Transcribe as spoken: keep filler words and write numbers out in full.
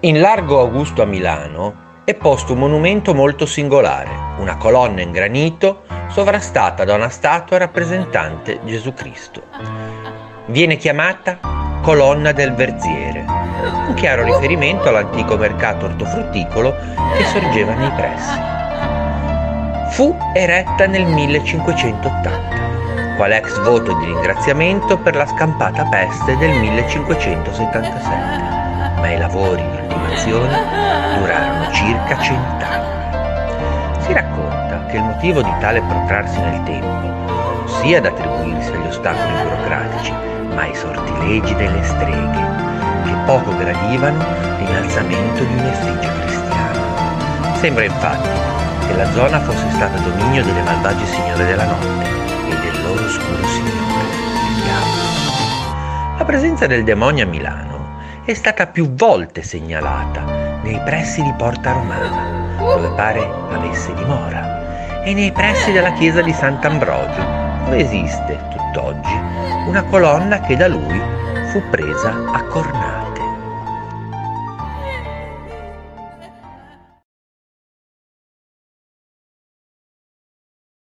In largo Augusto a Milano è posto un monumento molto singolare, una colonna in granito sovrastata da una statua rappresentante Gesù Cristo. Viene chiamata Colonna del Verziere, un chiaro riferimento all'antico mercato ortofrutticolo che sorgeva nei pressi. Fu eretta nel millecinquecentottanta, quale ex voto di ringraziamento per la scampata peste del millecinquecentosettantasette, ma i lavori di ultimazione durarono circa cent'anni. Si racconta che il motivo di tale protrarsi nel tempo non sia da attribuirsi agli ostacoli burocratici, ma ai sortilegi delle streghe, che poco gradivano l'innalzamento di un'effigie cristiana. Sembra infatti che la zona fosse stata dominio delle malvagie signore della notte e del loro oscuro signore, il diavolo. La presenza del demonio a Milano è stata più volte segnalata nei pressi di Porta Romana, dove pare avesse dimora, e nei pressi della chiesa di Sant'Ambrogio, dove esiste tutt'oggi una colonna che da lui fu presa a Cornaro.